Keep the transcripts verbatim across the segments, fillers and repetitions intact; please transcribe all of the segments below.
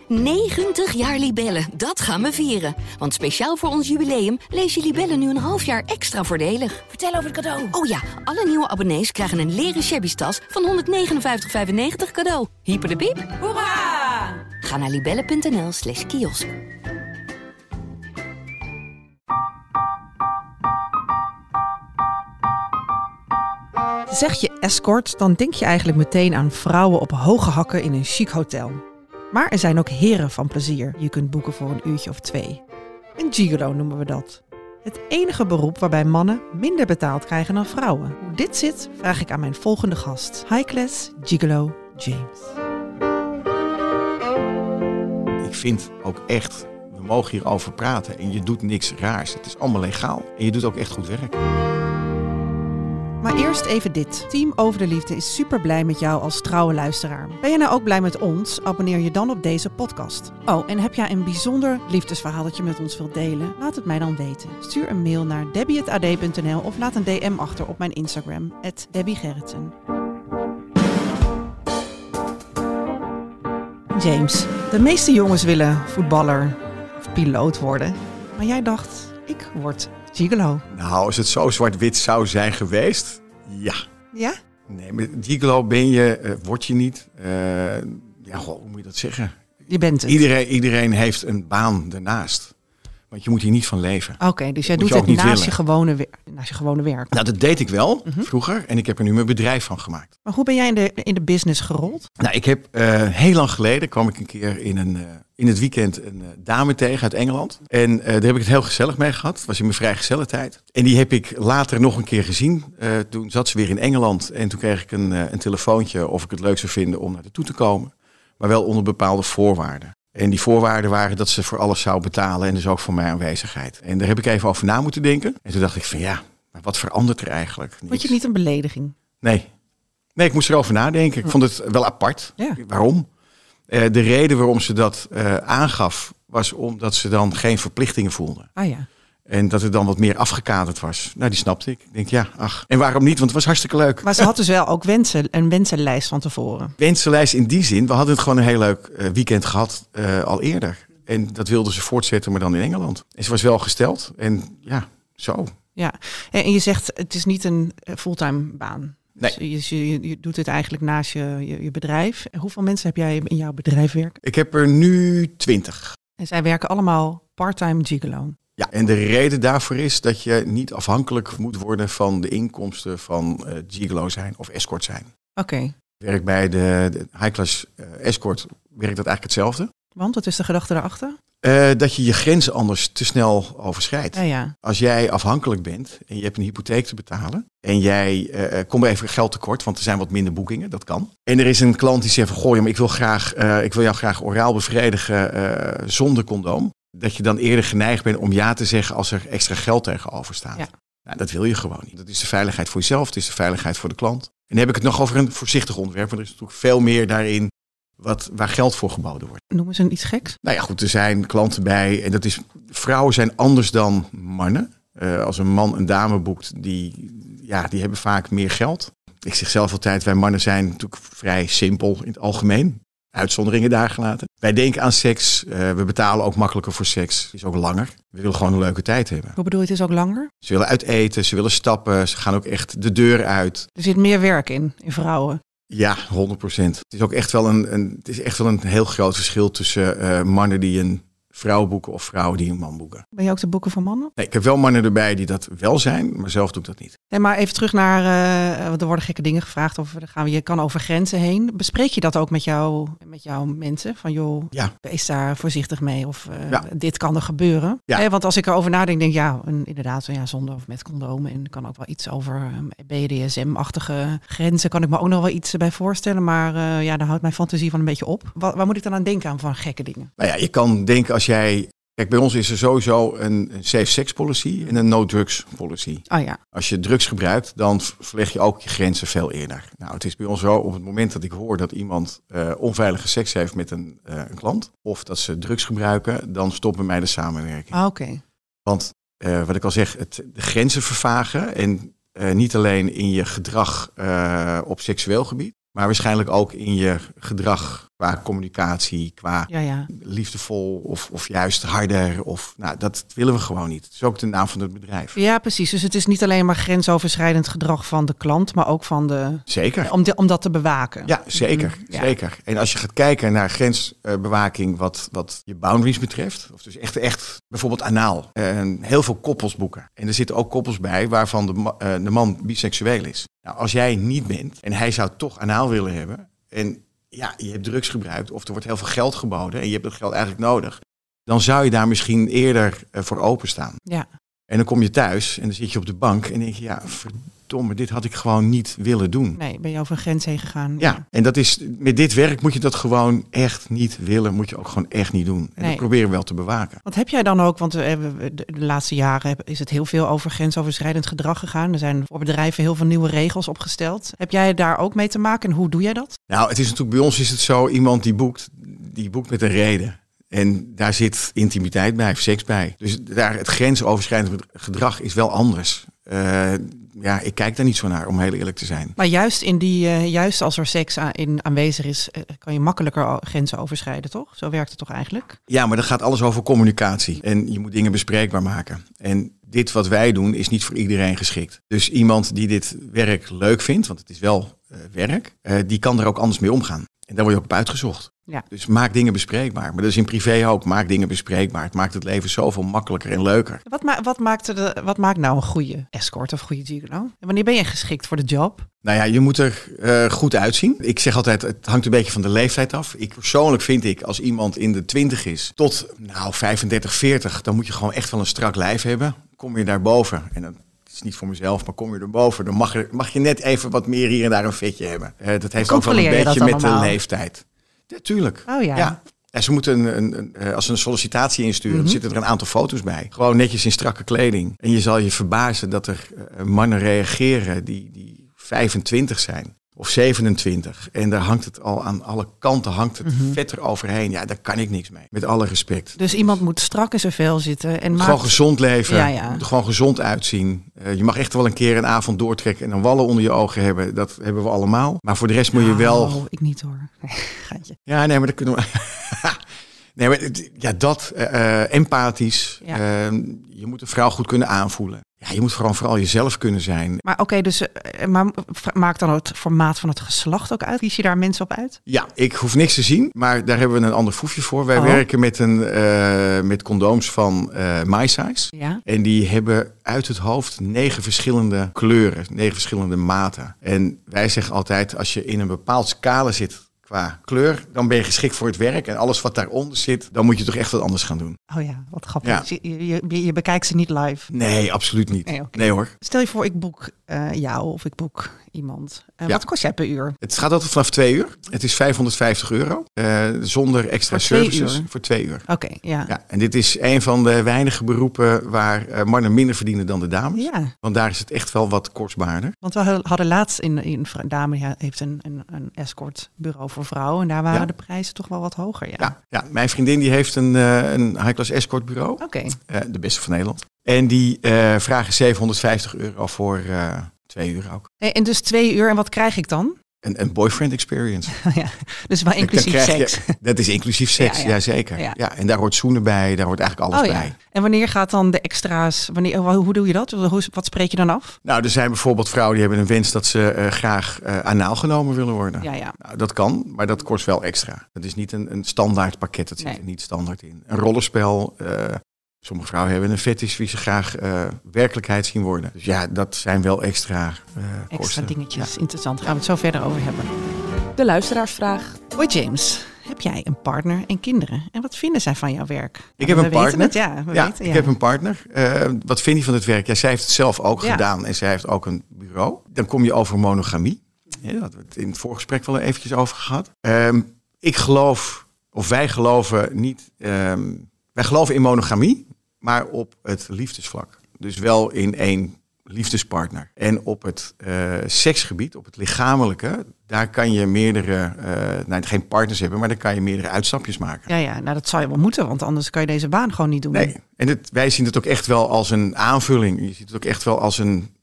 negentig jaar Libellen, dat gaan we vieren. Want speciaal voor ons jubileum lees je Libellen nu een half jaar extra voordelig. Vertel over het cadeau. Oh ja, alle nieuwe abonnees krijgen een leren shabby tas van honderdnegenenvijftig vijfennegentig cadeau. Hyper de piep. Hoera! Ga naar libellen.nl slash kiosk. Zeg je escort, dan denk je eigenlijk meteen aan vrouwen op hoge hakken in een chic hotel. Maar er zijn ook heren van plezier die je kunt boeken voor een uurtje of twee. Een gigolo noemen we dat. Het enige beroep waarbij mannen minder betaald krijgen dan vrouwen. Hoe dit zit, vraag ik aan mijn volgende gast. High class gigolo James. Ik vind ook echt, we mogen hierover praten en je doet niks raars. Het is allemaal legaal en je doet ook echt goed werk. Maar eerst even dit. Team Over de Liefde is super blij met jou als trouwe luisteraar. Ben je nou ook blij met ons? Abonneer je dan op deze podcast. Oh, en heb jij een bijzonder liefdesverhaal dat je met ons wilt delen? Laat het mij dan weten. Stuur een mail naar debbie at a d punt n l of laat een D M achter op mijn Instagram, at debbie gerritsen. James, de meeste jongens willen voetballer of piloot worden. Maar jij dacht, ik word gigolo. Nou, als het zo zwart-wit zou zijn geweest, ja. Ja? Nee, maar gigolo ben je, uh, word je niet. Uh, ja, goh, hoe moet je dat zeggen? Je bent het. Iedereen, iedereen heeft een baan daarnaast. Want je moet hier niet van leven. Oké, okay, dus jij moet doet je het naast willen. je, gewone wer- naast je gewone werk. Nou, dat deed ik wel Mm-hmm. vroeger. En ik heb er nu mijn bedrijf van gemaakt. Maar hoe ben jij in de, in de business gerold? Nou, ik heb uh, heel lang geleden kwam ik een keer in, een, uh, in het weekend een uh, dame tegen uit Engeland. En uh, daar heb ik het heel gezellig mee gehad. Het was in mijn vrijgezelligheid. En die heb ik later nog een keer gezien. Uh, toen zat ze weer in Engeland. En toen kreeg ik een, uh, een telefoontje of ik het leuk zou vinden om naar haar toe te komen. Maar wel onder bepaalde voorwaarden. En die voorwaarden waren dat ze voor alles zou betalen en dus ook voor mijn aanwezigheid. En daar heb ik even over na moeten denken. En toen dacht ik van ja, maar wat verandert er eigenlijk? Niks. Vond je niet een belediging? Nee. Nee, ik moest erover nadenken. Ik vond het wel apart. Ja. Waarom? Uh, de reden waarom ze dat uh, aangaf was omdat ze dan geen verplichtingen voelde. Ah ja. En dat het dan wat meer afgekaderd was. Nou, die snapte ik. Ik denk, ja, ach. En waarom niet? Want het was hartstikke leuk. Maar ze had dus wel ook wensen, een wensenlijst van tevoren. Wensenlijst in die zin. We hadden het gewoon een heel leuk uh, weekend gehad uh, al eerder. En dat wilde ze voortzetten, maar dan in Engeland. En ze was wel gesteld. En ja, zo. Ja, en je zegt het is niet een fulltime baan. Nee. Dus je, je, je doet het eigenlijk naast je, je, je bedrijf. Hoeveel mensen heb jij in jouw bedrijf werken? Ik heb er nu twintig. En zij werken allemaal part-time gigolo. Ja, en de reden daarvoor is dat je niet afhankelijk moet worden van de inkomsten van uh, gigolo zijn of escort zijn. Oké. Ik werk bij de, de high-class uh, escort, werkt dat eigenlijk hetzelfde. Want, wat is de gedachte daarachter? Uh, dat je je grenzen anders te snel overschrijdt. Ja, ja. Als jij afhankelijk bent en je hebt een hypotheek te betalen en jij uh, komt even geld tekort, want er zijn wat minder boekingen, dat kan. En er is een klant die zegt van, goh, maar ik wil graag, uh, ik wil jou graag oraal bevredigen uh, zonder condoom. Dat je dan eerder geneigd bent om ja te zeggen als er extra geld tegenover staat. Ja. Nou, dat wil je gewoon niet. Dat is de veiligheid voor jezelf, het is de veiligheid voor de klant. En dan heb ik het nog over een voorzichtig onderwerp, want er is natuurlijk veel meer daarin wat, waar geld voor geboden wordt. Noemen ze iets geks? Nou ja, goed, er zijn klanten bij en dat is, vrouwen zijn anders dan mannen. Uh, als een man een dame boekt, die, ja, die hebben vaak meer geld. Ik zeg zelf altijd, wij mannen zijn natuurlijk vrij simpel in het algemeen. Uitzonderingen daar gelaten. Wij denken aan seks. Uh, we betalen ook makkelijker voor seks. Het is ook langer. We willen gewoon een leuke tijd hebben. Hoe bedoel je, het is ook langer? Ze willen uiteten, ze willen stappen. Ze gaan ook echt de deur uit. Er zit meer werk in, in vrouwen. Ja, honderd procent. Het is ook echt wel een, een, het is echt wel een heel groot verschil tussen uh, mannen die een vrouw boeken of vrouwen die een man boeken. Ben je ook te boeken voor mannen? Nee, ik heb wel mannen erbij die dat wel zijn, maar zelf doe ik dat niet. Nee, maar even terug naar, uh, want er worden gekke dingen gevraagd. Of gaan we, je kan over grenzen heen. Bespreek je dat ook met, jou, met jouw mensen? Van joh, ja. Wees daar voorzichtig mee. Of uh, ja. dit kan er gebeuren. Ja. Hey, want als ik erover nadenk, denk ik ja, een, inderdaad, ja, zonder of met condomen. En kan ook wel iets over um, B D S M-achtige grenzen. Kan ik me ook nog wel iets bij voorstellen. Maar uh, ja, daar houdt mijn fantasie van een beetje op. Wat, waar moet ik dan aan denken aan van gekke dingen? Nou ja, je kan denken als jij... Kijk, bij ons is er sowieso een, een safe sex policy en een no drugs policy. Oh ja. Als je drugs gebruikt, dan verleg je ook je grenzen veel eerder. Nou, het is bij ons zo, op het moment dat ik hoor dat iemand uh, onveilige seks heeft met een, uh, een klant, of dat ze drugs gebruiken, dan stoppen mij de samenwerking. Ah, oké. Okay. Want uh, wat ik al zeg, het, de grenzen vervagen en uh, niet alleen in je gedrag uh, op seksueel gebied, Maar waarschijnlijk ook in je gedrag qua communicatie, qua ja, ja. liefdevol of, of juist harder. Of, nou, dat willen we gewoon niet. Het is ook de naam van het bedrijf. Ja, precies. Dus het is niet alleen maar grensoverschrijdend gedrag van de klant, maar ook van de... Zeker. Om, de, om dat te bewaken. Ja, zeker. Mm, ja. zeker. En als je gaat kijken naar grensbewaking wat, wat je boundaries betreft, of dus echt, echt bijvoorbeeld anaal. En heel veel koppels boeken. En er zitten ook koppels bij waarvan de, uh, de man biseksueel is. Nou, als jij niet bent en hij zou toch anaal willen hebben en ja, je hebt drugs gebruikt of er wordt heel veel geld geboden en je hebt dat geld eigenlijk nodig, dan zou je daar misschien eerder uh, voor openstaan. Ja. En dan kom je thuis en dan zit je op de bank en denk je, ja, verdomme, dit had ik gewoon niet willen doen. Nee, ben je over een grens heen gegaan. Ja, ja. En dat is, met dit werk moet je dat gewoon echt niet willen, moet je ook gewoon echt niet doen. En nee. dat proberen we wel te bewaken. Wat heb jij dan ook, want uh, de, de laatste jaren is het heel veel over grensoverschrijdend gedrag gegaan. Er zijn voor bedrijven heel veel nieuwe regels opgesteld. Heb jij daar ook mee te maken en hoe doe jij dat? Nou, het is natuurlijk bij ons is het zo, iemand die boekt, die boekt met een reden. En daar zit intimiteit bij, seks bij. Dus daar het grensoverschrijdend gedrag is wel anders. Uh, ja, ik kijk daar niet zo naar, om heel eerlijk te zijn. Maar juist, in die, uh, juist als er seks aan, in aanwezig is, uh, kan je makkelijker grenzen overschrijden, toch? Zo werkt het toch eigenlijk? Ja, maar dan gaat alles over communicatie. En je moet dingen bespreekbaar maken. En dit wat wij doen is niet voor iedereen geschikt. Dus iemand die dit werk leuk vindt, want het is wel uh, werk, uh, die kan er ook anders mee omgaan. En daar word je ook op uitgezocht. Ja. Dus maak dingen bespreekbaar. Maar dat is in privé ook. Maak dingen bespreekbaar. Het maakt het leven zoveel makkelijker en leuker. Wat, ma- wat, maakt, de, wat maakt nou een goede escort of goede gigolo? En wanneer ben je geschikt voor de job? Nou ja, je moet er uh, goed uitzien. Ik zeg altijd, het hangt een beetje van de leeftijd af. Ik persoonlijk vind ik, als iemand in de twintig is tot nou vijfendertig, veertig... dan moet je gewoon echt wel een strak lijf hebben. Kom je daarboven en dan... Het is niet voor mezelf, maar kom je erboven, dan mag je, mag je net even wat meer hier en daar een vetje hebben. Uh, dat heeft ook wel een beetje met de leeftijd. Ja, tuurlijk. Oh ja. ja. En ze moeten een, een, een, als ze een sollicitatie insturen, mm-hmm. dan zitten er een aantal foto's bij. Gewoon netjes in strakke kleding. En je zal je verbazen dat er uh, mannen reageren die, die vijfentwintig zijn. Of zevenentwintig. En daar hangt het al aan alle kanten, hangt het mm-hmm. vet eroverheen. Ja, daar kan ik niks mee. Met alle respect. Dus iemand moet strak in zijn vel zitten. En gewoon maakt... gezond leven. Ja, ja. Gewoon gezond uitzien. Uh, je mag echt wel een keer een avond doortrekken en een wallen onder je ogen hebben. Dat hebben we allemaal. Maar voor de rest moet je wel... Oh, ik niet hoor. Nee, gaatje. Ja, nee, maar dat kunnen we... nee, maar ja, dat. Uh, empathisch. Ja. Uh, je moet een vrouw goed kunnen aanvoelen. Ja, je moet gewoon vooral jezelf kunnen zijn. Maar oké, okay, dus uh, maar maakt dan het formaat van het geslacht ook uit? Kies je daar mensen op uit? Ja, ik hoef niks te zien, maar daar hebben we een ander foefje voor. Wij oh. werken met, een, uh, met condooms van uh, MySize. Ja. En die hebben uit het hoofd negen verschillende kleuren, negen verschillende maten. En wij zeggen altijd, als je in een bepaald scala zit qua kleur, dan ben je geschikt voor het werk. En alles wat daaronder zit, dan moet je toch echt wat anders gaan doen. Oh ja, wat grappig. Ja. Je, je, je bekijkt ze niet live? Nee, absoluut niet. Nee, okay. nee hoor. Stel je voor, ik boek uh, jou of ik boek iemand. Uh, ja. Wat kost jij per uur? Het gaat altijd vanaf twee uur. Het is vijfhonderdvijftig euro. Uh, zonder extra voor services. Uur. Voor twee uur. Oké, okay, ja. ja. En dit is een van de weinige beroepen waar uh, mannen minder verdienen dan de dames. Ja. Want daar is het echt wel wat kostbaarder. Want we hadden laatst, in, in een dame heeft een, een, een escortbureau voor vrouwen. En daar waren ja. de prijzen toch wel wat hoger. Ja, ja, ja mijn vriendin die heeft een, uh, een high-class escortbureau. Oké. Okay. Uh, de beste van Nederland. En die uh, vragen zevenhonderdvijftig euro voor uh, twee uur ook. Hey, en dus twee uur, en wat krijg ik dan? Een, een boyfriend experience. ja, dus wel inclusief seks. Je, dat is inclusief seks, ja, ja. ja zeker. Ja. Ja, en daar hoort zoenen bij, daar hoort eigenlijk alles oh, ja. bij. En wanneer gaat dan de extra's, wanneer, hoe doe je dat? Hoe, wat spreek je dan af? Nou, er zijn bijvoorbeeld vrouwen die hebben een wens dat ze uh, graag uh, anaal genomen willen worden. Ja, ja. Nou, dat kan, maar dat kost wel extra. Dat is niet een, een standaard pakket, dat zit nee. er niet standaard in. Een rollenspel... Uh, Sommige vrouwen hebben een fetish wie ze graag uh, werkelijkheid zien worden. Dus ja, dat zijn wel extra uh, Extra kosten. dingetjes, ja. Interessant. Daar gaan we het zo verder over hebben. De luisteraarsvraag. Hoi James, heb jij een partner en kinderen? En wat vinden zij van jouw werk? Ik nou, heb een partner. Het, ja, we ja, weten, ik ja. heb een partner. Uh, wat vind je van het werk? Ja, zij heeft het zelf ook ja. gedaan en zij heeft ook een bureau. Dan kom je over monogamie. Ja, daar hadden we het in het voorgesprek wel eventjes over gehad. Um, ik geloof, of wij geloven niet... Um, wij geloven in monogamie. Maar op het liefdesvlak. Dus wel in één liefdespartner. En op het uh, seksgebied, op het lichamelijke, daar kan je meerdere, uh, nou, geen partners hebben, maar daar kan je meerdere uitstapjes maken. Ja, ja, nou dat zou je wel moeten, want anders kan je deze baan gewoon niet doen. Nee, en het, wij zien het ook echt wel als een aanvulling. Je ziet het ook echt wel als een,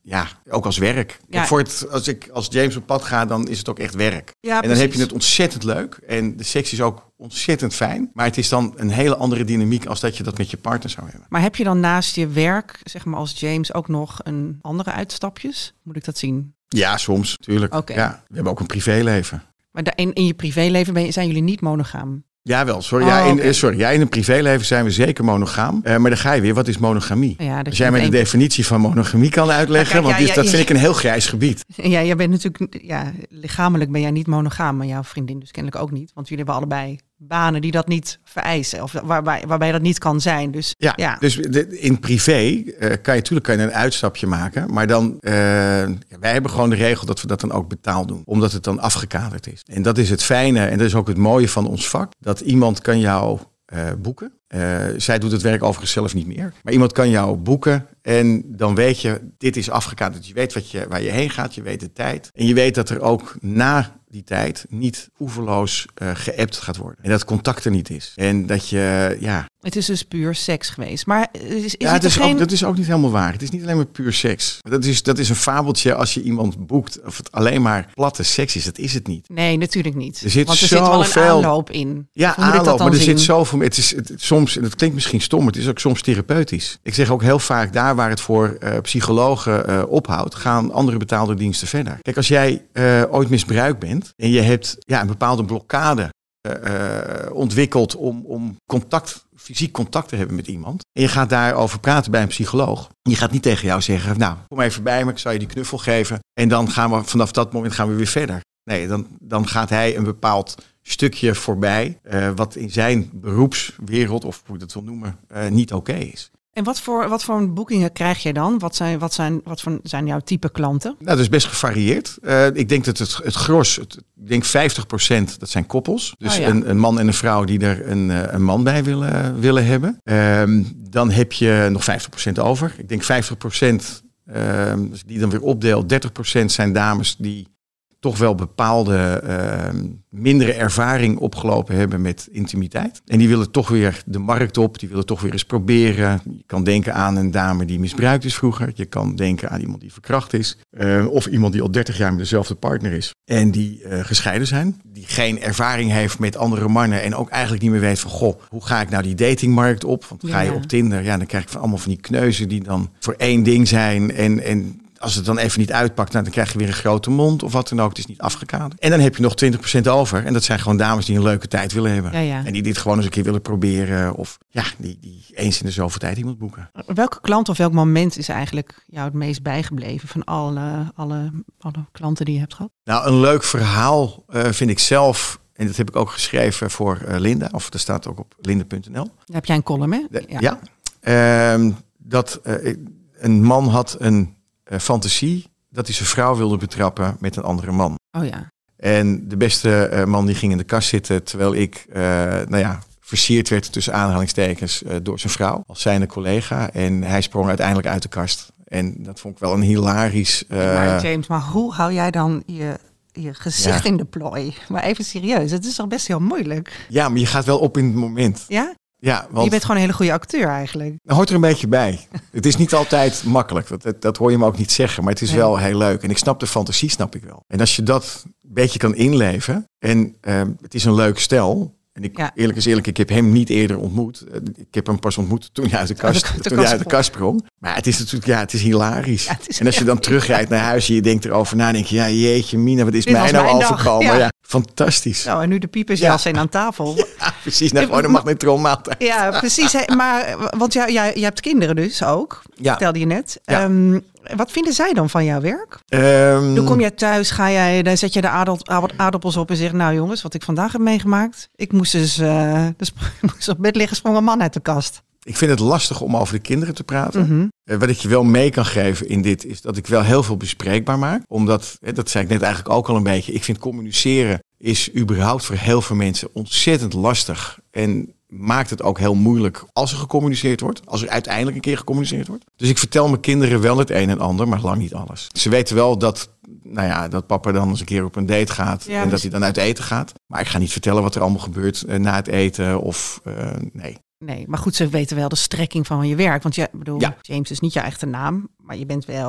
ja, ook als werk. Ja. Kijk, voor het, als ik als James op pad ga, dan is het ook echt werk. Ja, en dan precies. heb je het ontzettend leuk. En de seks is ook ontzettend fijn. Maar het is dan een hele andere dynamiek als dat je dat met je partner zou hebben. Maar heb je dan naast je werk, zeg maar als James, ook nog een andere uitstapjes? Moet ik dat zien? Ja, soms, natuurlijk. Okay. Ja, we hebben ook een privéleven. Maar in, in je privéleven ben je, zijn jullie niet monogaam? Jawel, sorry. Oh, ja, in, okay. sorry. Ja, in een privéleven zijn we zeker monogaam. Uh, maar dan ga je weer, wat is monogamie? Ja, als jij mij de definitie van monogamie kan uitleggen, kijk, want ja, ja, dat ja, vind ja. ik een heel grijs gebied. Ja, jij bent natuurlijk, ja, lichamelijk ben jij niet monogaam, maar jouw vriendin dus kennelijk ook niet. Want jullie hebben allebei banen die dat niet vereisen, of waarbij, waarbij dat niet kan zijn. Dus, ja, ja. dus de, in privé uh, kan je natuurlijk kan je een uitstapje maken, maar dan, uh, wij hebben gewoon de regel dat we dat dan ook betaald doen, omdat het dan afgekaderd is. En dat is het fijne, en dat is ook het mooie van ons vak, dat iemand kan jou uh, boeken. Uh, zij doet het werk overigens zelf niet meer. Maar iemand kan jou boeken en dan weet je, dit is afgekaderd. Je weet wat je, waar je heen gaat, je weet de tijd. En je weet dat er ook na die tijd niet oeverloos uh, geappt gaat worden. En dat contact er niet is. En dat je, ja... Het is dus puur seks geweest. Maar is, is ja, het is geen... ook, dat is ook niet helemaal waar. Het is niet alleen maar puur seks. Dat is, dat is een fabeltje als je iemand boekt. Of het alleen maar platte seks is. Dat is het niet. Nee, natuurlijk niet. Er zit Want er zo zit wel een veel... aanloop in. Ja, aanloop. Maar er zien? zit zoveel... Het is het, soms, en dat klinkt misschien stom, het is ook soms therapeutisch. Ik zeg ook heel vaak, daar waar het voor uh, psychologen uh, ophoudt, gaan andere betaalde diensten verder. Kijk, als jij uh, ooit misbruikt bent en je hebt ja, een bepaalde blokkade uh, uh, ontwikkeld om, om contact, fysiek contact te hebben met iemand. En je gaat daarover praten bij een psycholoog. Je gaat niet tegen jou zeggen, nou, kom even bij me, ik zal je die knuffel geven. En dan gaan we vanaf dat moment gaan we weer verder. Nee, dan, dan gaat hij een bepaald stukje voorbij, uh, wat in zijn beroepswereld, of hoe je dat wil noemen, uh, niet oké okay is. En wat voor, wat voor boekingen krijg jij dan? Wat zijn, wat zijn, wat voor, zijn jouw type klanten? Nou, dat is best gevarieerd. Uh, ik denk dat het, het gros, het, ik denk vijftig procent, dat zijn koppels. Dus oh ja. een, een man en een vrouw die er een, een man bij willen, willen hebben. Uh, dan heb je nog vijftig procent over. Ik denk vijftig procent, uh, als ik die dan weer opdeel, dertig procent zijn dames die toch wel bepaalde uh, mindere ervaring opgelopen hebben met intimiteit. En die willen toch weer de markt op, die willen toch weer eens proberen. Je kan denken aan een dame die misbruikt is vroeger. Je kan denken aan iemand die verkracht is. Uh, of iemand die al dertig jaar met dezelfde partner is. En die uh, gescheiden zijn. Die geen ervaring heeft met andere mannen. En ook eigenlijk niet meer weet van, goh, hoe ga ik nou die datingmarkt op? Want ga je ja. op Tinder, ja, dan krijg ik van allemaal van die kneuzen die dan voor één ding zijn. En... en als het dan even niet uitpakt, nou, dan krijg je weer een grote mond of wat dan ook. Het is niet afgekaderd. En dan heb je nog twintig procent over. En dat zijn gewoon dames die een leuke tijd willen hebben. Ja, ja. En die dit gewoon eens een keer willen proberen. Of ja, die, die eens in de zoveel tijd iemand boeken. Welke klant of welk moment is eigenlijk jou het meest bijgebleven van alle, alle, alle klanten die je hebt gehad? Nou, een leuk verhaal uh, vind ik zelf. En dat heb ik ook geschreven voor uh, Linda. Of dat staat ook op linde punt n l. Daar heb jij een column, hè? De, ja. ja. Uh, dat uh, een man had een Uh, fantasie dat hij zijn vrouw wilde betrappen met een andere man. Oh ja. En de beste uh, man die ging in de kast zitten terwijl ik, uh, nou ja, versierd werd tussen aanhalingstekens uh, door zijn vrouw als zijnde collega. En hij sprong uiteindelijk uit de kast. En dat vond ik wel een hilarisch... Uh... Maar James, maar hoe hou jij dan je, je gezicht ja. in de plooi? Maar even serieus, het is toch best heel moeilijk? Ja, maar je gaat wel op in het moment. Ja? Ja, want je bent gewoon een hele goede acteur eigenlijk. Dat hoort er een beetje bij. Het is niet altijd makkelijk. Dat, dat, dat hoor je me ook niet zeggen. Maar het is nee. wel heel leuk. En ik snap de fantasie, snap ik wel. En als je dat een beetje kan inleven. En uh, het is een leuk stel. En ik, ja. eerlijk is eerlijk, ik heb hem niet eerder ontmoet. Ik heb hem pas ontmoet toen hij uit de kast, de, de toen hij uit de kast sprong. Maar het is natuurlijk, ja, het is hilarisch. Ja, het is, en als je dan terugrijdt naar huis en je denkt erover na, denk je, ja, jeetje, Mina, wat is Dit mij nou overkomen? Ja. Ja, fantastisch. Nou, en nu de piepers ja. zijn aan tafel. Ja, precies, net gewoon de magnetronmaaltijd. Ja, precies. Maar, want jij, jij, jij hebt kinderen dus ook, ja. vertelde je net. Ja. Um, Wat vinden zij dan van jouw werk? Um, dan kom jij thuis, ga jij, dan zet je de aardel, aardappels op en zegt, nou jongens, wat ik vandaag heb meegemaakt. Ik moest dus, uh, dus moest op bed liggen, sprong een man uit de kast. Ik vind het lastig om over de kinderen te praten. Mm-hmm. Uh, wat ik je wel mee kan geven in dit, is dat ik wel heel veel bespreekbaar maak. Omdat, uh, dat zei ik net eigenlijk ook al een beetje, ik vind communiceren is überhaupt voor heel veel mensen ontzettend lastig. En maakt het ook heel moeilijk als er gecommuniceerd wordt. Als er uiteindelijk een keer gecommuniceerd wordt. Dus ik vertel mijn kinderen wel het een en ander, maar lang niet alles. Ze weten wel dat, nou ja, dat papa dan eens een keer op een date gaat. Ja, en dus dat hij dan uit eten gaat. Maar ik ga niet vertellen wat er allemaal gebeurt uh, na het eten of uh, nee. Nee, maar goed, ze weten wel de strekking van je werk. Want je, bedoel, ja. James is niet je echte naam, maar je bent wel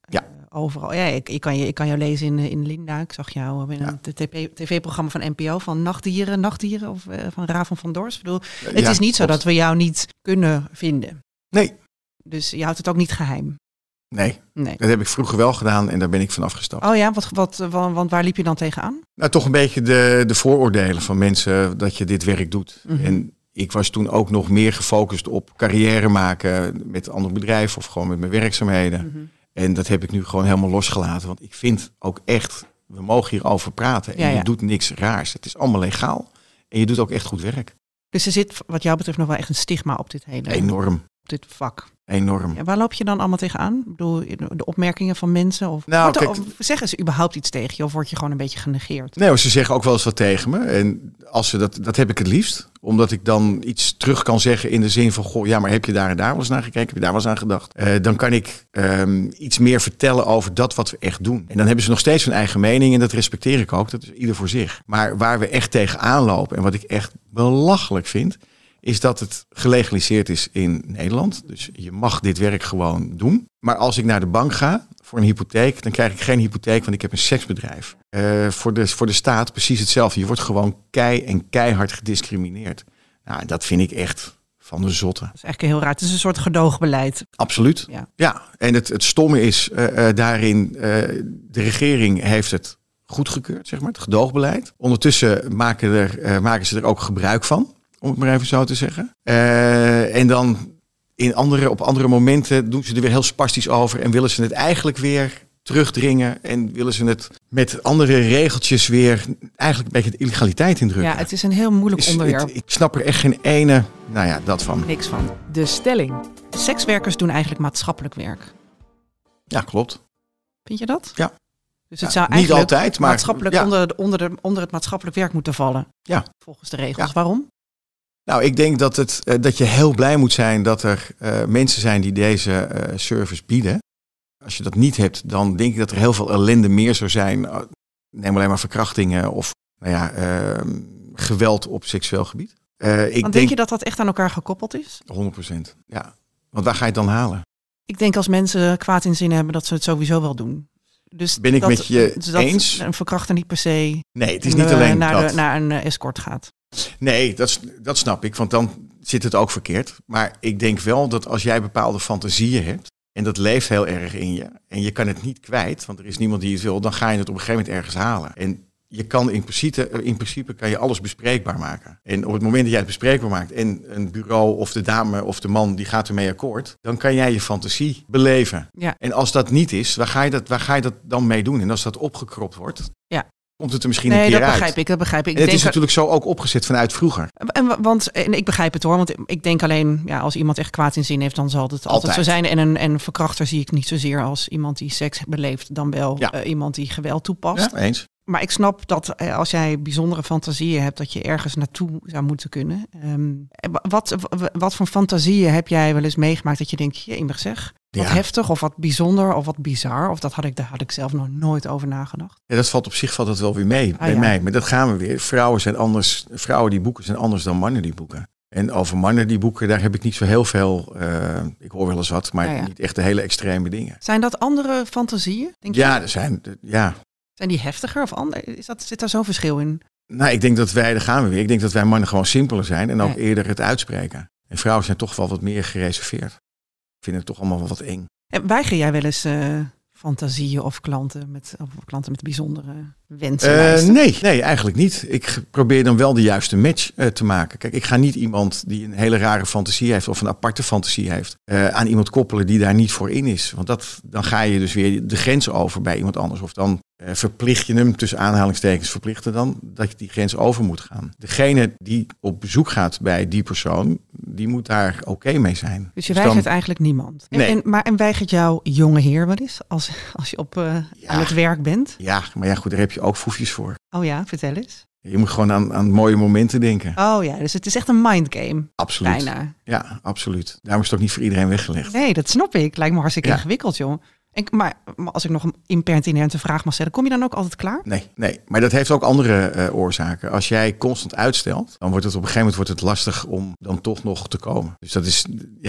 Ja. Uh, overal. Ja, ik, ik, kan je, ik kan jou lezen in, in Linda. Ik zag jou in ja. een tv-programma van N P O van Nachtdieren, Nachtdieren of uh, van Ravon van Dorst. Ik bedoel, het ja, is niet zo dat we jou niet kunnen vinden. Nee. Dus je houdt het ook niet geheim. Nee, nee, dat heb ik vroeger wel gedaan en daar ben ik van afgestapt. Oh ja, wat, wat, want waar liep je dan tegenaan? Nou, toch een beetje de, de vooroordelen van mensen dat je dit werk doet. Mm-hmm. En ik was toen ook nog meer gefocust op carrière maken met andere bedrijven of gewoon met mijn werkzaamheden. Mm-hmm. En dat heb ik nu gewoon helemaal losgelaten. Want ik vind ook echt, we mogen hierover praten. En ja, ja. je doet niks raars. Het is allemaal legaal. En je doet ook echt goed werk. Dus er zit wat jou betreft nog wel echt een stigma op dit hele... Enorm. Op dit vak. Enorm. Ja, waar loop je dan allemaal tegenaan? Ik bedoel, de opmerkingen van mensen? Of, nou, wordt er, kijk, of zeggen ze überhaupt iets tegen je? Of word je gewoon een beetje genegeerd? Nee, ze zeggen ook wel eens wat tegen me. En als ze dat, dat heb ik het liefst. Omdat ik dan iets terug kan zeggen in de zin van... Goh, ja, maar heb je daar en daar wel eens naar gekeken? Heb je daar wel eens aan gedacht? Uh, dan kan ik um, iets meer vertellen over dat wat we echt doen. En dan hebben ze nog steeds hun eigen mening. En dat respecteer ik ook. Dat is ieder voor zich. Maar waar we echt tegenaan lopen... en wat ik echt belachelijk vind... is dat het gelegaliseerd is in Nederland. Dus je mag dit werk gewoon doen. Maar als ik naar de bank ga voor een hypotheek... dan krijg ik geen hypotheek, want ik heb een seksbedrijf. Uh, voor, de, voor de staat precies hetzelfde. Je wordt gewoon kei en keihard gediscrimineerd. Nou, dat vind ik echt van de zotte. Dat is eigenlijk heel raar. Het is een soort gedoogbeleid. Absoluut. Ja, ja. En het, het stomme is uh, uh, daarin... Uh, de regering heeft het goedgekeurd, zeg maar, het gedoogbeleid. Ondertussen maken, er, uh, maken ze er ook gebruik van... om het maar even zo te zeggen. Uh, en dan in andere, op andere momenten doen ze er weer heel spastisch over... en willen ze het eigenlijk weer terugdringen... en willen ze het met andere regeltjes weer... eigenlijk een beetje de illegaliteit indrukken. Ja, het is een heel moeilijk dus onderwerp. Het, ik snap er echt geen ene, nou ja, dat van. Niks van. De stelling. Sekswerkers doen eigenlijk maatschappelijk werk. Ja, klopt. Vind je dat? Ja. Dus het ja, zou eigenlijk niet altijd, maar maatschappelijk ja. onder, onder, de, onder het maatschappelijk werk moeten vallen. Ja. Volgens de regels. Ja. Waarom? Nou, ik denk dat, het, uh, dat je heel blij moet zijn dat er uh, mensen zijn die deze uh, service bieden. Als je dat niet hebt, dan denk ik dat er heel veel ellende meer zou zijn. Uh, neem alleen maar verkrachtingen of nou ja, uh, geweld op seksueel gebied. Uh, ik denk, denk je dat dat echt aan elkaar gekoppeld is? honderd procent, ja. Want waar ga je het dan halen? Ik denk als mensen kwaad in zin hebben dat ze het sowieso wel doen. Dus ben ik dat, met je dus dat eens? Een verkrachter niet per se nee, het is niet alleen naar, dat. De, naar een uh, escort gaat. Nee, dat, dat snap ik, want dan zit het ook verkeerd. Maar ik denk wel dat als jij bepaalde fantasieën hebt... en dat leeft heel erg in je... en je kan het niet kwijt, want er is niemand die het wil... dan ga je het op een gegeven moment ergens halen. En je kan in principe, in principe kan je alles bespreekbaar maken. En op het moment dat jij het bespreekbaar maakt... en een bureau of de dame of de man die gaat ermee akkoord... dan kan jij je fantasie beleven. Ja. En als dat niet is, waar ga je dat, waar ga je dat dan mee doen? En als dat opgekropt wordt... Ja. komt het er misschien nee, een keer uit. Nee, dat begrijp ik. Dat begrijp ik. ik en het denk is natuurlijk zo ook opgezet vanuit vroeger. En, want, en ik begrijp het hoor, want ik denk alleen... ja, als iemand echt kwaad in zin heeft, dan zal het altijd, altijd zo zijn. En een, en een verkrachter zie ik niet zozeer als iemand die seks beleeft... dan wel ja. uh, iemand die geweld toepast. Ja, eens. Maar ik snap dat uh, als jij bijzondere fantasieën hebt... dat je ergens naartoe zou moeten kunnen. Um, wat, wat voor fantasieën heb jij wel eens meegemaakt dat je denkt... jemig zeg... Wat ja. heftig of wat bijzonder of wat bizar. Of dat had ik, daar had ik zelf nog nooit over nagedacht. Ja, dat valt op zich valt het wel weer mee ah, bij ja. mij. Maar dat gaan we weer. Vrouwen zijn anders. Vrouwen die boeken zijn anders dan mannen die boeken. En over mannen die boeken, daar heb ik niet zo heel veel... Uh, ik hoor wel eens wat, maar ja, ja. niet echt de hele extreme dingen. Zijn dat andere fantasieën, denk ja, je? Er zijn, ja. Zijn die heftiger of anders? Is dat, zit daar zo'n verschil in? Nou, ik denk dat wij, daar gaan we weer. Ik denk dat wij mannen gewoon simpeler zijn en ook ja. eerder het uitspreken. En vrouwen zijn toch wel wat meer gereserveerd. Ik vind het toch allemaal wel wat eng. En weiger jij wel eens uh, fantasieën of klanten met, of klanten met bijzondere wensen? Uh, nee, nee, eigenlijk niet. Ik probeer dan wel de juiste match uh, te maken. Kijk, ik ga niet iemand die een hele rare fantasie heeft of een aparte fantasie heeft... Uh, aan iemand koppelen die daar niet voor in is. Want dat, dan ga je dus weer de grens over bij iemand anders. Of dan uh, verplicht je hem, tussen aanhalingstekens verplichten dan... dat je die grens over moet gaan. Degene die op bezoek gaat bij die persoon... die moet daar oké okay mee zijn. Dus je weigert dus dan... eigenlijk niemand? Nee. En, en, maar en weigert jouw jonge heer wel eens? Als, als je op, uh, ja. aan het werk bent? Ja, maar ja goed, daar heb je ook foefjes voor. Oh ja, vertel eens. Je moet gewoon aan, aan mooie momenten denken. Oh ja, dus het is echt een mindgame. Absoluut. Bijna. Ja, absoluut. Daarom is het ook niet voor iedereen weggelegd. Nee, dat snap ik. Lijkt me hartstikke ja. ingewikkeld, joh. En, maar, maar als ik nog een impertinente vraag mag stellen, kom je dan ook altijd klaar? Nee, nee. Maar dat heeft ook andere uh, oorzaken. Als jij constant uitstelt, dan wordt het op een gegeven moment wordt het lastig om dan toch nog te komen. Dus dat is, ja...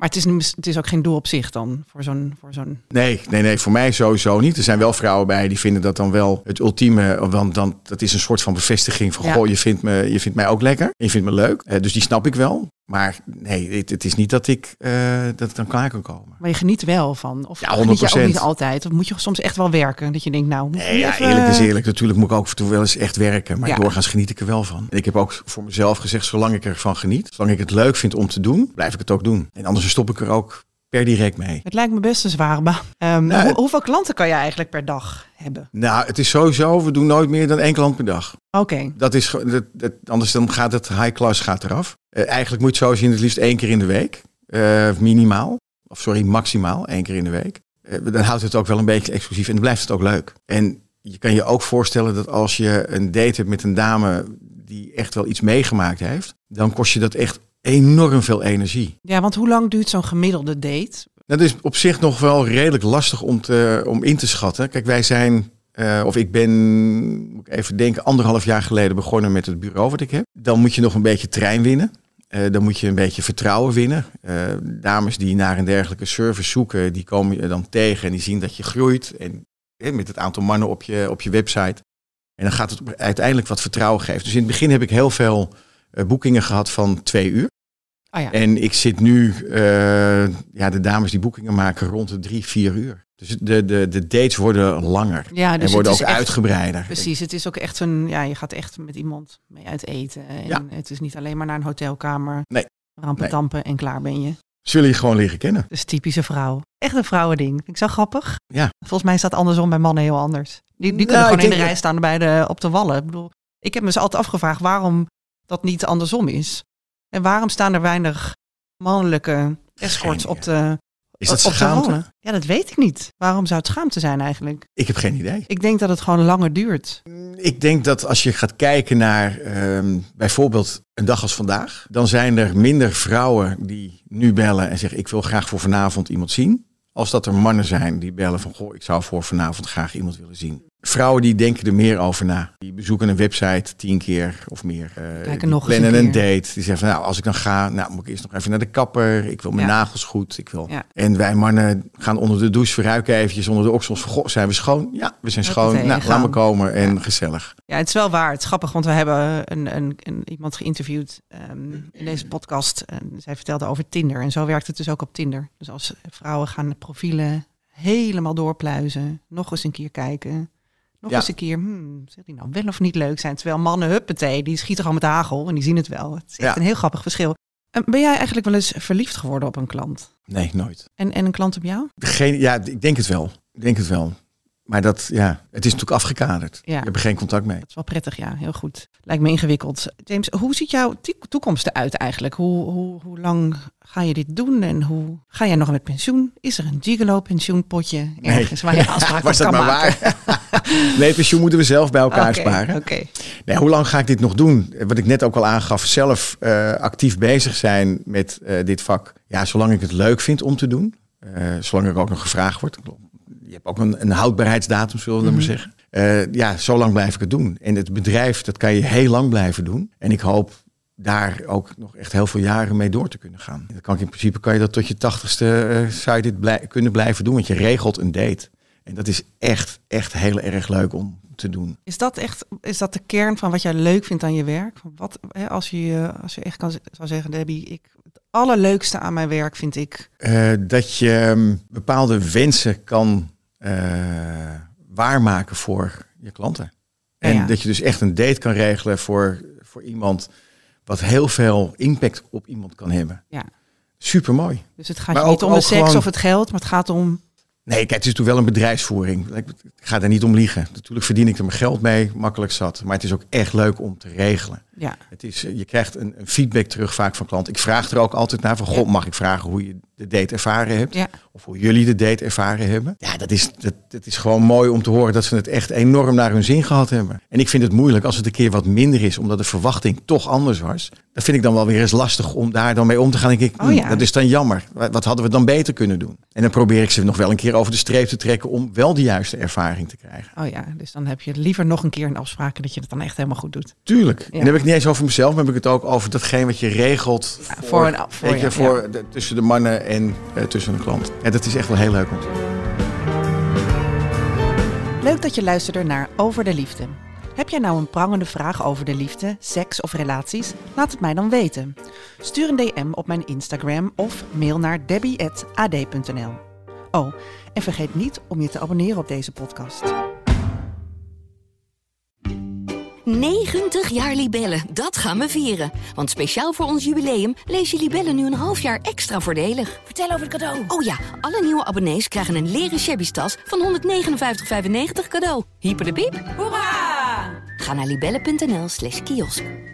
Maar het is, het is ook geen doel op zich dan voor zo'n, voor zo'n... Nee, nee, nee, voor mij sowieso niet. Er zijn wel vrouwen bij die vinden dat dan wel het ultieme. Want dan, dat is een soort van bevestiging van... Ja. Goh, je vindt, me, je vindt mij ook lekker. Je vindt me leuk. Uh, dus die snap ik wel. Maar nee, het, het is niet dat ik uh, dat het dan klaar kan komen. Maar je geniet wel van? Of ja, honderd procent. Geniet je ook niet altijd? Of moet je soms echt wel werken? Dat je denkt, nou... Nee, ja, even... eerlijk is eerlijk. Natuurlijk moet ik ook wel eens echt werken. Maar ja. doorgaans geniet ik er wel van. En ik heb ook voor mezelf gezegd, zolang ik ervan geniet... zolang ik het leuk vind om te doen, blijf ik het ook doen. En anders stop ik er ook per direct mee. Het lijkt me best een zware baan. Um, nou, hoe, hoeveel klanten kan je eigenlijk per dag hebben? Nou, het is sowieso, we doen nooit meer dan één klant per dag. Oké. Okay. Dat is, dat, dat, anders dan gaat het high class gaat eraf. Uh, eigenlijk moet je zo zien, het liefst één keer in de week. Uh, minimaal. Of sorry, maximaal één keer in de week. Uh, dan houdt het ook wel een beetje exclusief en dan blijft het ook leuk. En je kan je ook voorstellen dat als je een date hebt met een dame die echt wel iets meegemaakt heeft, dan kost je dat echt enorm veel energie. Ja, want hoe lang duurt zo'n gemiddelde date? Dat is op zich nog wel redelijk lastig om, te, om in te schatten. Kijk, wij zijn, uh, of ik ben, moet ik even denken, anderhalf jaar geleden begonnen met het bureau wat ik heb. Dan moet je nog een beetje trein winnen. Uh, dan moet je een beetje vertrouwen winnen. Uh, dames die naar een dergelijke service zoeken, die komen je dan tegen en die zien dat je groeit. En uh, met het aantal mannen op je, op je website. En dan gaat het uiteindelijk wat vertrouwen geven. Dus in het begin heb ik heel veel uh, boekingen gehad van twee uur. Oh ja. En ik zit nu, uh, ja, de dames die boekingen maken rond de drie, vier uur. Dus de, de, de dates worden langer ja, dus en worden ook echt uitgebreider. Precies, het is ook echt een, ja, je gaat echt met iemand mee uit eten. En ja. Het is niet alleen maar naar een hotelkamer, nee. rampen, nee. tampen en klaar ben je. Zullen je gewoon leren kennen. Dus typische vrouw. Echt een vrouwending. Vind ik zo grappig. Ja. Volgens mij is dat andersom bij mannen heel anders. Die, die kunnen nou, gewoon in de rij staan bij de, op de wallen. Ik bedoel, ik heb me dus altijd afgevraagd waarom dat niet andersom is. En waarom staan er weinig mannelijke escorts op de Is dat schaamte? Ja, dat weet ik niet. Waarom zou het schaamte zijn eigenlijk? Ik heb geen idee. Ik denk dat het gewoon langer duurt. Ik denk dat als je gaat kijken naar um, bijvoorbeeld een dag als vandaag, dan zijn er minder vrouwen die nu bellen en zeggen ik wil graag voor vanavond iemand zien. Als dat er mannen zijn die bellen van goh, ik zou voor vanavond graag iemand willen zien. Vrouwen die denken er meer over na. Die bezoeken een website tien keer of meer. Uh, Kijken nog plannen eens een, een date. Die zeggen van nou, als ik dan ga, nou moet ik eerst nog even naar de kapper. Ik wil mijn ja. nagels goed. Ik wil. Ja. En wij mannen gaan onder de douche verruiken eventjes onder de oksels. Goh, zijn we schoon? Ja, we zijn schoon. Nou, laat maar komen en ja. gezellig. Ja, het is wel waar. Het is grappig, want we hebben een, een, een, iemand geïnterviewd um, in deze podcast. En zij vertelde over Tinder. En zo werkt het dus ook op Tinder. Dus als vrouwen gaan profielen helemaal doorpluizen. Nog eens een keer kijken. Nog ja. eens een keer, hmm, zeg die nou wel of niet leuk zijn? Terwijl mannen, huppatee, die schieten gewoon met de hagel en die zien het wel. Het is echt ja. een heel grappig verschil. En ben jij eigenlijk wel eens verliefd geworden op een klant? Nee, nooit. En, en een klant op jou? Geen, ja, ik denk het wel. Ik denk het wel. Maar dat, ja, het is natuurlijk afgekaderd. Ja. Ik heb er geen contact mee. Dat is wel prettig, ja. Heel goed. Lijkt me ingewikkeld. James, hoe ziet jouw toekomst eruit eigenlijk? Hoe, hoe, hoe lang ga je dit doen? En hoe ga jij nog met pensioen? Is er een gigolo-pensioenpotje ergens nee. waar je afspraken Was dat kan maar maken? Waar? Nee, pensioen moeten we zelf bij elkaar okay, sparen. Okay. Nee, hoe lang ga ik dit nog doen? Wat ik net ook al aangaf, zelf uh, actief bezig zijn met uh, dit vak. Ja, zolang ik het leuk vind om te doen. Uh, zolang ik ook nog gevraagd word. Je hebt ook een, een houdbaarheidsdatum, zullen we mm-hmm. maar zeggen. Uh, ja, zo lang blijf ik het doen. En het bedrijf, dat kan je heel lang blijven doen. En ik hoop daar ook nog echt heel veel jaren mee door te kunnen gaan. Dat kan, in principe kan je dat tot je tachtigste uh, zou je dit blij, kunnen blijven doen. Want je regelt een date. En dat is echt, echt heel erg leuk om te doen. Is dat echt, is dat de kern van wat jij leuk vindt aan je werk? Wat, hè, als, je, als je echt kan zou zeggen, Debbie, ik, het allerleukste aan mijn werk vind ik... Uh, dat je um, bepaalde wensen kan uh, waarmaken voor je klanten. En ja, ja. dat je dus echt een date kan regelen voor, voor iemand wat heel veel impact op iemand kan hebben. Ja. Supermooi. Dus het gaat je niet om de seks gewoon... of het geld, maar het gaat om... Nee, kijk, het is natuurlijk wel een bedrijfsvoering. Ik ga daar niet om liegen. Natuurlijk verdien ik er mijn geld mee, makkelijk zat. Maar het is ook echt leuk om te regelen. Ja. Het is, je krijgt een, een feedback terug vaak van klanten. Ik vraag er ook altijd naar van, god, mag ik vragen hoe je de date ervaren hebt? Ja. Of hoe jullie de date ervaren hebben? Ja, dat is, dat, dat is gewoon mooi om te horen dat ze het echt enorm naar hun zin gehad hebben. En ik vind het moeilijk als het een keer wat minder is, omdat de verwachting toch anders was. Dat vind ik dan wel weer eens lastig om daar dan mee om te gaan. En denk ik, oh ja. dat is dan jammer. Wat hadden we dan beter kunnen doen? En dan probeer ik ze nog wel een keer over de streep te trekken om wel de juiste ervaring te krijgen. Oh ja, dus dan heb je liever nog een keer een afspraak dat je het dan echt helemaal goed doet. Tuurlijk. Ja. En daar heb ik ik niet eens over mezelf, maar heb ik het ook over datgene wat je regelt ja, voor, voor, een, voor, weet je, ja, voor ja. de, tussen de mannen en uh, tussen een klant. En dat is echt wel heel leuk om te doen. Leuk dat je luisterde naar Over de Liefde. Heb jij nou een prangende vraag over de liefde, seks of relaties? Laat het mij dan weten. Stuur een D M op mijn Instagram of mail naar debbie at a d punt n l. Oh, en vergeet niet om je te abonneren op deze podcast. negentig jaar Libellen, dat gaan we vieren. Want speciaal voor ons jubileum lees je Libellen nu een half jaar extra voordelig. Vertel over het cadeau. Oh ja, alle nieuwe abonnees krijgen een leren shabby tas van honderdnegenenvijftig vijfennegentig cadeau. Hyper de piep. Hoera! Ga naar libellen punt n l slash kiosk.